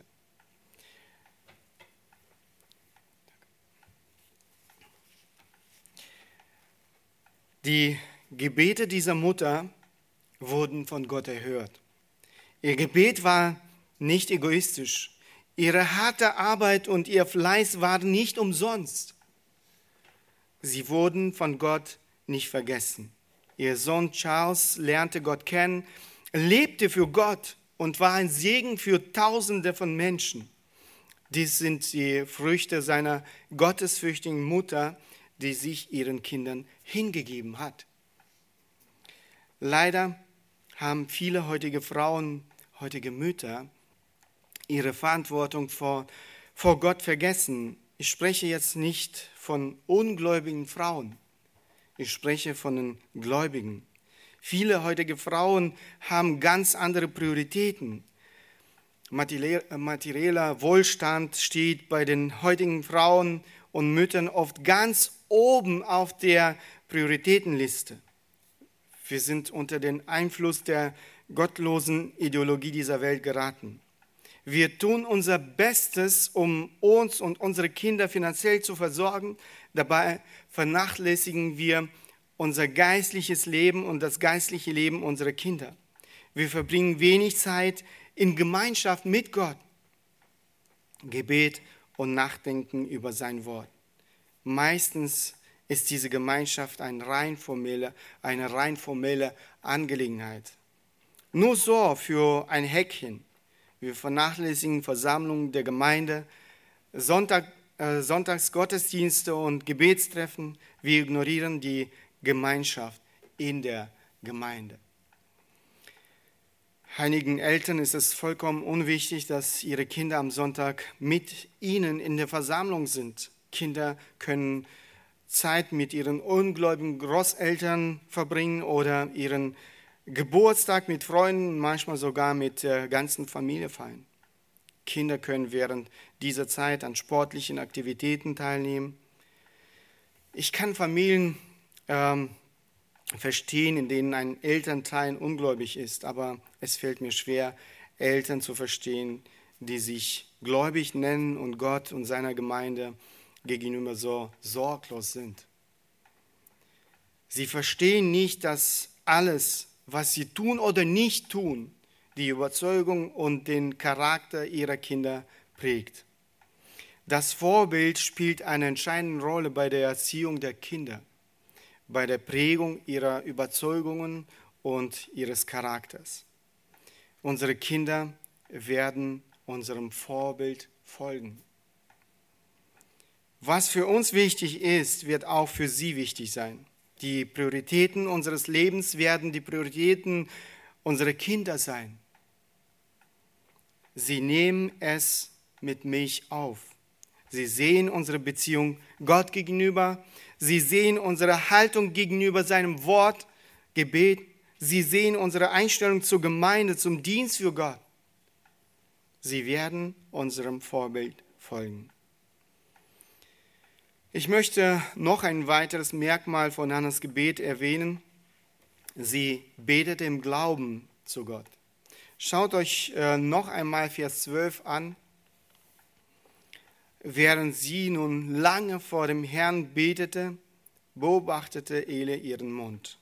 Die Gebete dieser Mutter wurden von Gott erhört. Ihr Gebet war nicht egoistisch. Ihre harte Arbeit und ihr Fleiß waren nicht umsonst. Sie wurden von Gott nicht vergessen. Ihr Sohn Charles lernte Gott kennen, lebte für Gott und war ein Segen für Tausende von Menschen. Dies sind die Früchte seiner gottesfürchtigen Mutter, die sich ihren Kindern hingegeben hat. Leider haben viele heutige Frauen, heutige Mütter ihre Verantwortung vor Gott vergessen. Ich spreche jetzt nicht von ungläubigen Frauen. Ich spreche von den Gläubigen. Viele heutige Frauen haben ganz andere Prioritäten. Materieller Wohlstand steht bei den heutigen Frauen und Müttern oft ganz oben auf der Prioritätenliste. Wir sind unter den Einfluss der gottlosen Ideologie dieser Welt geraten. Wir tun unser Bestes, um uns und unsere Kinder finanziell zu versorgen. Dabei vernachlässigen wir unser geistliches Leben und das geistliche Leben unserer Kinder. Wir verbringen wenig Zeit in Gemeinschaft mit Gott, Gebet und Nachdenken über sein Wort. Meistens ist diese Gemeinschaft eine rein formelle Angelegenheit. Nur so für ein Häkchen. Wir vernachlässigen Versammlungen der Gemeinde, Sonntagsgottesdienste und Gebetstreffen. Wir ignorieren die Gemeinschaft in der Gemeinde. Einigen Eltern ist es vollkommen unwichtig, dass ihre Kinder am Sonntag mit ihnen in der Versammlung sind. Kinder können Zeit mit ihren ungläubigen Großeltern verbringen oder ihren Geburtstag mit Freunden, manchmal sogar mit der ganzen Familie feiern. Kinder können während dieser Zeit an sportlichen Aktivitäten teilnehmen. Ich kann Familien verstehen, in denen ein Elternteil ungläubig ist, aber es fällt mir schwer, Eltern zu verstehen, die sich gläubig nennen und Gott und seiner Gemeinde gegenüber so sorglos sind. Sie verstehen nicht, dass alles, was sie tun oder nicht tun, die Überzeugung und den Charakter ihrer Kinder prägt. Das Vorbild spielt eine entscheidende Rolle bei der Erziehung der Kinder, bei der Prägung ihrer Überzeugungen und ihres Charakters. Unsere Kinder werden unserem Vorbild folgen. Was für uns wichtig ist, wird auch für sie wichtig sein. Die Prioritäten unseres Lebens werden die Prioritäten unserer Kinder sein. Sie nehmen es mit Milch auf. Sie sehen unsere Beziehung Gott gegenüber. Sie sehen unsere Haltung gegenüber seinem Wort, Gebet. Sie sehen unsere Einstellung zur Gemeinde, zum Dienst für Gott. Sie werden unserem Vorbild folgen. Ich möchte noch ein weiteres Merkmal von Hannahs Gebet erwähnen. Sie betete im Glauben zu Gott. Schaut euch noch einmal Vers 12 an. Während sie nun lange vor dem Herrn betete, beobachtete Eli ihren Mund.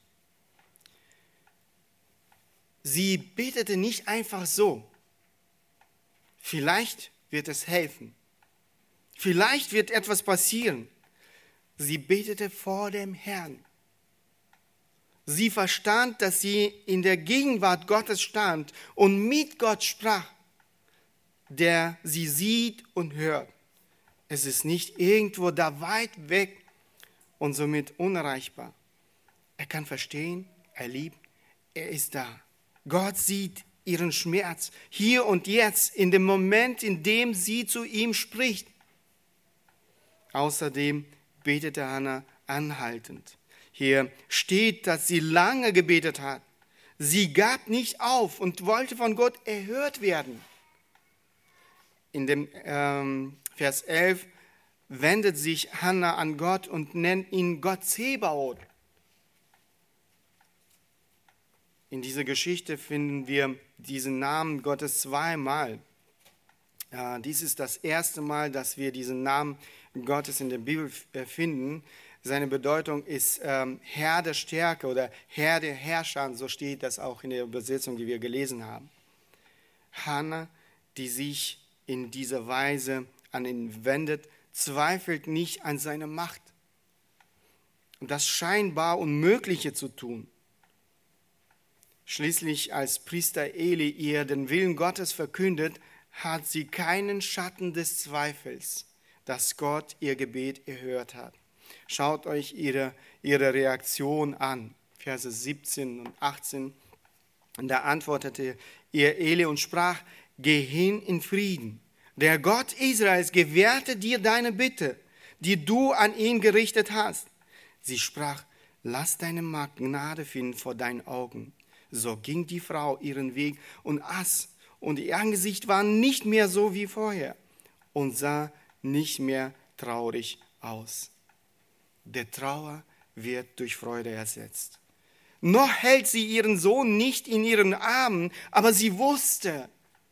Sie betete nicht einfach so. Vielleicht wird es helfen. Vielleicht wird etwas passieren. Sie betete vor dem Herrn. Sie verstand, dass sie in der Gegenwart Gottes stand und mit Gott sprach, der sie sieht und hört. Es ist nicht irgendwo da weit weg und somit unerreichbar. Er kann verstehen, er liebt, er ist da. Gott sieht ihren Schmerz hier und jetzt, in dem Moment, in dem sie zu ihm spricht. Außerdem betete Hannah anhaltend. Hier steht, dass sie lange gebetet hat. Sie gab nicht auf und wollte von Gott erhört werden. In dem Vers 11 wendet sich Hannah an Gott und nennt ihn Gott Zebaoth. In dieser Geschichte finden wir diesen Namen Gottes zweimal. Dies ist das erste Mal, dass wir diesen Namen Gottes in der Bibel finden. Seine Bedeutung ist Herr der Stärke oder Herr der Herrscher, so steht das auch in der Übersetzung, die wir gelesen haben. Hannah, die sich in dieser Weise an ihn wendet, zweifelt nicht an seine Macht. Und das scheinbar Unmögliche zu tun. Schließlich, als Priester Eli ihr den Willen Gottes verkündet, hat sie keinen Schatten des Zweifels, dass Gott ihr Gebet erhört hat. Schaut euch ihre Reaktion an, Verse 17 und 18. Und da antwortete ihr Eli und sprach, geh hin in Frieden. Der Gott Israels gewährte dir deine Bitte, die du an ihn gerichtet hast. Sie sprach, lass deine Magd Gnade finden vor deinen Augen. So ging die Frau ihren Weg und aß, und ihr Angesicht war nicht mehr so wie vorher und sah nicht mehr traurig aus. Der Trauer wird durch Freude ersetzt. Noch hält sie ihren Sohn nicht in ihren Armen, aber sie wusste,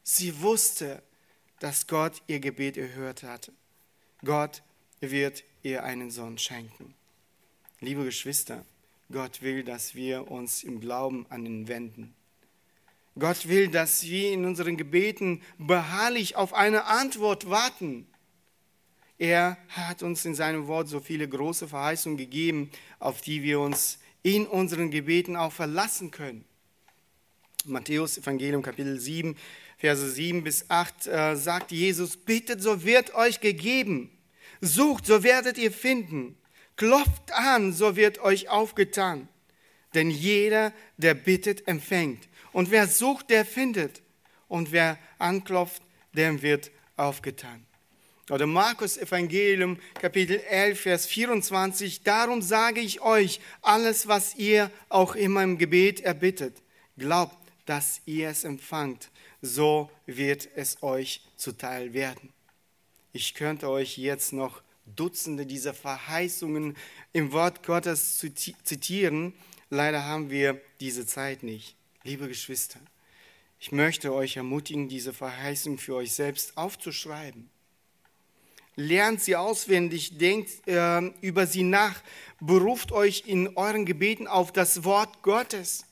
dass Gott ihr Gebet erhört hatte. Gott wird ihr einen Sohn schenken. Liebe Geschwister, Gott will, dass wir uns im Glauben an ihn wenden. Gott will, dass wir in unseren Gebeten beharrlich auf eine Antwort warten. Er hat uns in seinem Wort so viele große Verheißungen gegeben, auf die wir uns in unseren Gebeten auch verlassen können. Matthäus Evangelium Kapitel 7, Verse 7 bis 8 sagt Jesus, bittet, so wird euch gegeben. Sucht, so werdet ihr finden. Klopft an, so wird euch aufgetan. Denn jeder, der bittet, empfängt. Und wer sucht, der findet. Und wer anklopft, dem wird aufgetan. Oder Markus Evangelium Kapitel 11, Vers 24. Darum sage ich euch, alles, was ihr auch immer im Gebet erbittet, glaubt, dass ihr es empfangt. So wird es euch zuteil werden. Ich könnte euch jetzt noch Dutzende dieser Verheißungen im Wort Gottes zitieren. Leider haben wir diese Zeit nicht. Liebe Geschwister, ich möchte euch ermutigen, diese Verheißung für euch selbst aufzuschreiben. Lernt sie auswendig, denkt über sie nach, beruft euch in euren Gebeten auf das Wort Gottes.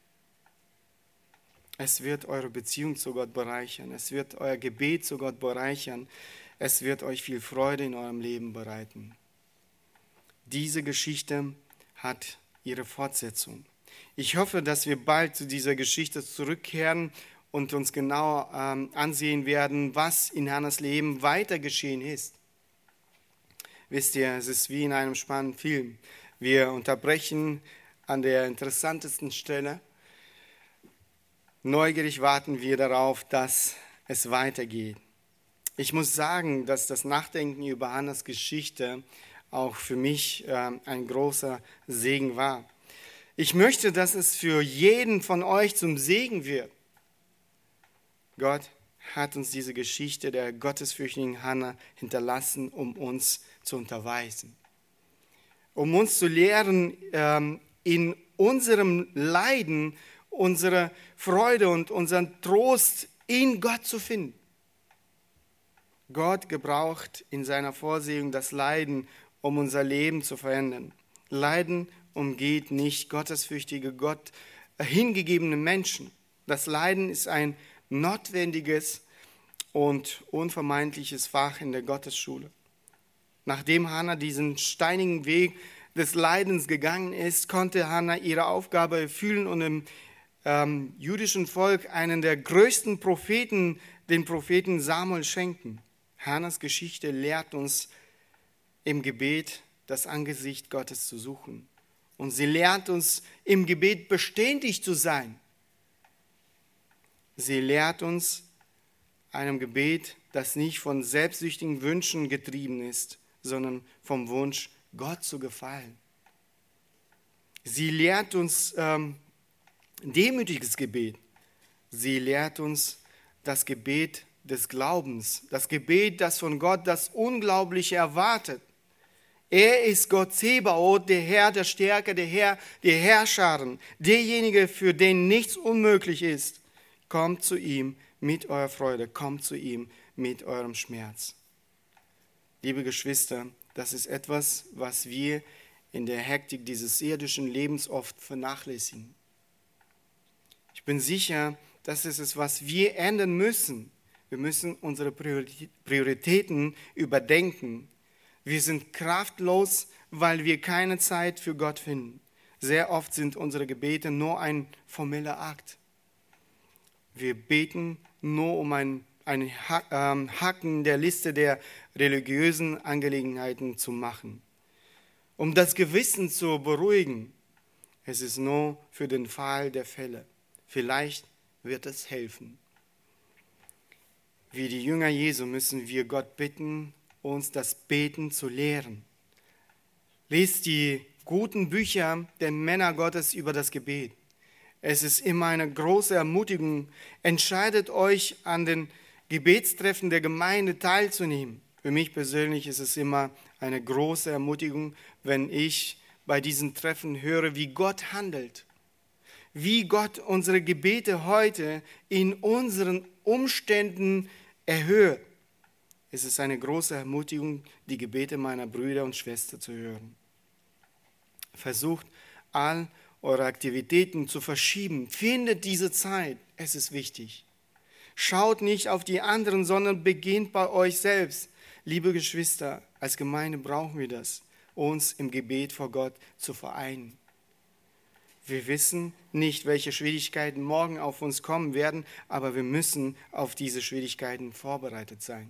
Es wird eure Beziehung zu Gott bereichern, es wird euer Gebet zu Gott bereichern, es wird euch viel Freude in eurem Leben bereiten. Diese Geschichte hat ihre Fortsetzung. Ich hoffe, dass wir bald zu dieser Geschichte zurückkehren und uns genau ansehen werden, was in Hannas Leben weiter geschehen ist. Wisst ihr, es ist wie in einem spannenden Film. Wir unterbrechen an der interessantesten Stelle. Neugierig warten wir darauf, dass es weitergeht. Ich muss sagen, dass das Nachdenken über Hannas Geschichte auch für mich ein großer Segen war. Ich möchte, dass es für jeden von euch zum Segen wird. Gott hat uns diese Geschichte der gottesfürchtigen Hannah hinterlassen, um uns zu unterweisen. Um uns zu lehren, in unserem Leiden unsere Freude und unseren Trost in Gott zu finden. Gott gebraucht in seiner Vorsehung das Leiden, um unser Leben zu verändern. Leiden umgeht nicht gottesfürchtige, Gott hingegebene Menschen. Das Leiden ist ein notwendiges und unvermeidliches Fach in der Gottesschule. Nachdem Hannah diesen steinigen Weg des Leidens gegangen ist, konnte Hannah ihre Aufgabe erfüllen und im jüdischen Volk einen der größten Propheten, den Propheten Samuel, schenken. Hannas Geschichte lehrt uns im Gebet das Angesicht Gottes zu suchen. Und sie lehrt uns im Gebet beständig zu sein. Sie lehrt uns einem Gebet, das nicht von selbstsüchtigen Wünschen getrieben ist, sondern vom Wunsch, Gott zu gefallen. Sie lehrt uns demütiges Gebet. Sie lehrt uns das Gebet des Glaubens, das Gebet, das von Gott das Unglaubliche erwartet. Er ist Gott Zebaoth, der Herr der Stärke, der Herr der Herrscharen, derjenige, für den nichts unmöglich ist. Kommt zu ihm mit eurer Freude, kommt zu ihm mit eurem Schmerz. Liebe Geschwister, das ist etwas, was wir in der Hektik dieses irdischen Lebens oft vernachlässigen. Ich bin sicher, das ist es, was wir ändern müssen. Wir müssen unsere Prioritäten überdenken. Wir sind kraftlos, weil wir keine Zeit für Gott finden. Sehr oft sind unsere Gebete nur ein formeller Akt. Wir beten nur, um ein Haken der Liste der religiösen Angelegenheiten zu machen, um das Gewissen zu beruhigen. Es ist nur für den Fall der Fälle. Vielleicht wird es helfen. Wie die Jünger Jesu müssen wir Gott bitten, uns das Beten zu lehren. Lest die guten Bücher der Männer Gottes über das Gebet. Es ist immer eine große Ermutigung. Entscheidet euch, an den Gebetstreffen der Gemeinde teilzunehmen. Für mich persönlich ist es immer eine große Ermutigung, wenn ich bei diesen Treffen höre, wie Gott handelt. Wie Gott unsere Gebete heute in unseren Umständen erhört. Es ist eine große Ermutigung, die Gebete meiner Brüder und Schwestern zu hören. Versucht, all eure Aktivitäten zu verschieben. Findet diese Zeit. Es ist wichtig. Schaut nicht auf die anderen, sondern beginnt bei euch selbst. Liebe Geschwister, als Gemeinde brauchen wir das, uns im Gebet vor Gott zu vereinen. Wir wissen nicht, welche Schwierigkeiten morgen auf uns kommen werden, aber wir müssen auf diese Schwierigkeiten vorbereitet sein.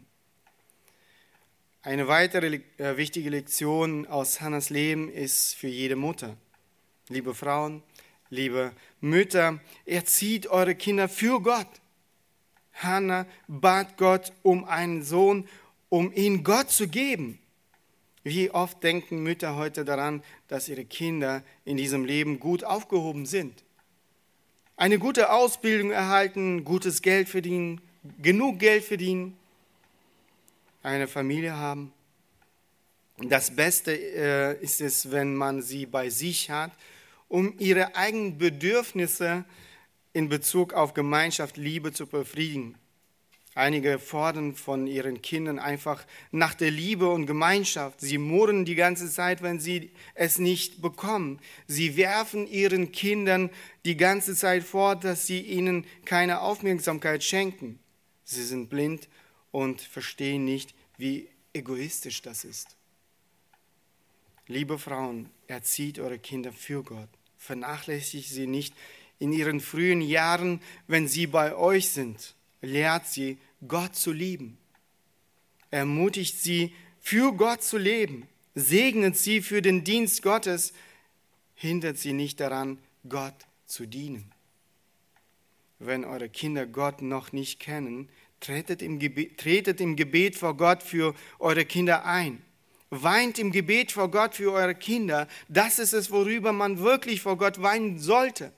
Eine weitere wichtige Lektion aus Hannas Leben ist für jede Mutter. Liebe Frauen, liebe Mütter, erzieht eure Kinder für Gott. Hannah bat Gott um einen Sohn, um ihn Gott zu geben. Wie oft denken Mütter heute daran, dass ihre Kinder in diesem Leben gut aufgehoben sind? Eine gute Ausbildung erhalten, gutes Geld verdienen, genug Geld verdienen, eine Familie haben. Das Beste ist es, wenn man sie bei sich hat, um ihre eigenen Bedürfnisse in Bezug auf Gemeinschaft, Liebe zu befriedigen. Einige fordern von ihren Kindern einfach nach der Liebe und Gemeinschaft. Sie murren die ganze Zeit, wenn sie es nicht bekommen. Sie werfen ihren Kindern die ganze Zeit vor, dass sie ihnen keine Aufmerksamkeit schenken. Sie sind blind und verstehen nicht, wie egoistisch das ist. Liebe Frauen, erzieht eure Kinder für Gott. Vernachlässigt sie nicht in ihren frühen Jahren, wenn sie bei euch sind. Lehrt sie, Gott zu lieben. Ermutigt sie, für Gott zu leben. Segnet sie für den Dienst Gottes. Hindert sie nicht daran, Gott zu dienen. Wenn eure Kinder Gott noch nicht kennen, tretet im Gebet vor Gott für eure Kinder ein. Weint im Gebet vor Gott für eure Kinder. Das ist es, worüber man wirklich vor Gott weinen sollte.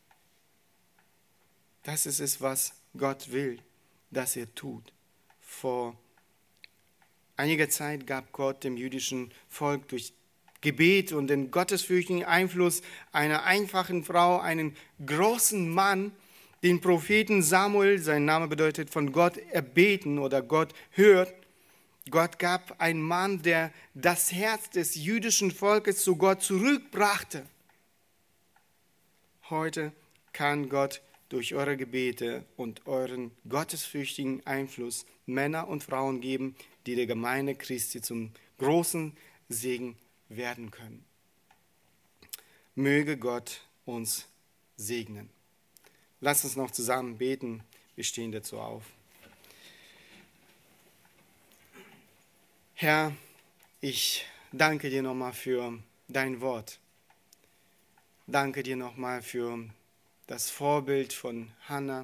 Das ist es, was Gott will, dass ihr tut. Vor einiger Zeit gab Gott dem jüdischen Volk durch Gebet und den gottesfürchtigen Einfluss einer einfachen Frau einen großen Mann, den Propheten Samuel, sein Name bedeutet von Gott erbeten oder Gott hört. Gott gab einen Mann, der das Herz des jüdischen Volkes zu Gott zurückbrachte. Heute kann Gott durch eure Gebete und euren gottesfürchtigen Einfluss Männer und Frauen geben, die der Gemeinde Christi zum großen Segen werden können. Möge Gott uns segnen. Lasst uns noch zusammen beten. Wir stehen dazu auf. Herr, ich danke dir nochmal für dein Wort. Danke dir nochmal für das Vorbild von Hannah.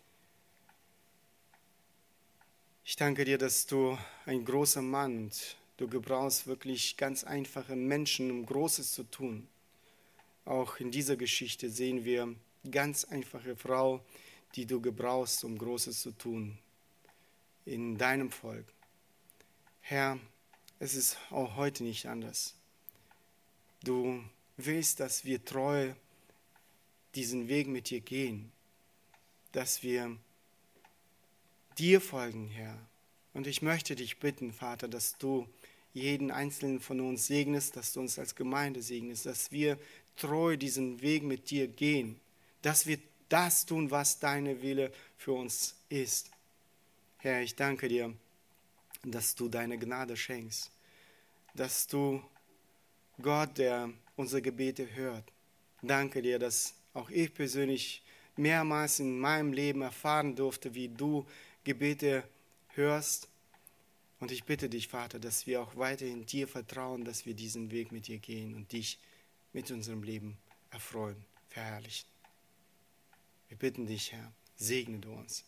Ich danke dir, dass du ein großer Mann und du gebrauchst wirklich ganz einfache Menschen, um Großes zu tun. Auch in dieser Geschichte sehen wir ganz einfache Frau, die du gebrauchst, um Großes zu tun in deinem Volk. Herr, es ist auch heute nicht anders. Du willst, dass wir treu diesen Weg mit dir gehen, dass wir dir folgen, Herr. Und ich möchte dich bitten, Vater, dass du jeden Einzelnen von uns segnest, dass du uns als Gemeinde segnest, dass wir treu diesen Weg mit dir gehen, dass wir das tun, was deine Wille für uns ist. Herr, ich danke dir, dass du deine Gnade schenkst, dass du Gott, der unsere Gebete hört. Danke dir, dass auch ich persönlich mehrmals in meinem Leben erfahren durfte, wie du Gebete hörst. Und ich bitte dich, Vater, dass wir auch weiterhin dir vertrauen, dass wir diesen Weg mit dir gehen und dich mit unserem Leben erfreuen, verherrlichen. Wir bitten dich, Herr, segne du uns.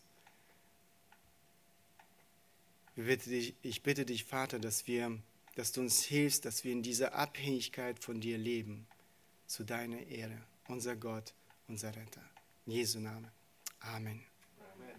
Ich bitte dich, Vater, dass du uns hilfst, dass wir in dieser Abhängigkeit von dir leben, zu deiner Ehre, unser Gott, unser Retter. In Jesu Namen. Amen.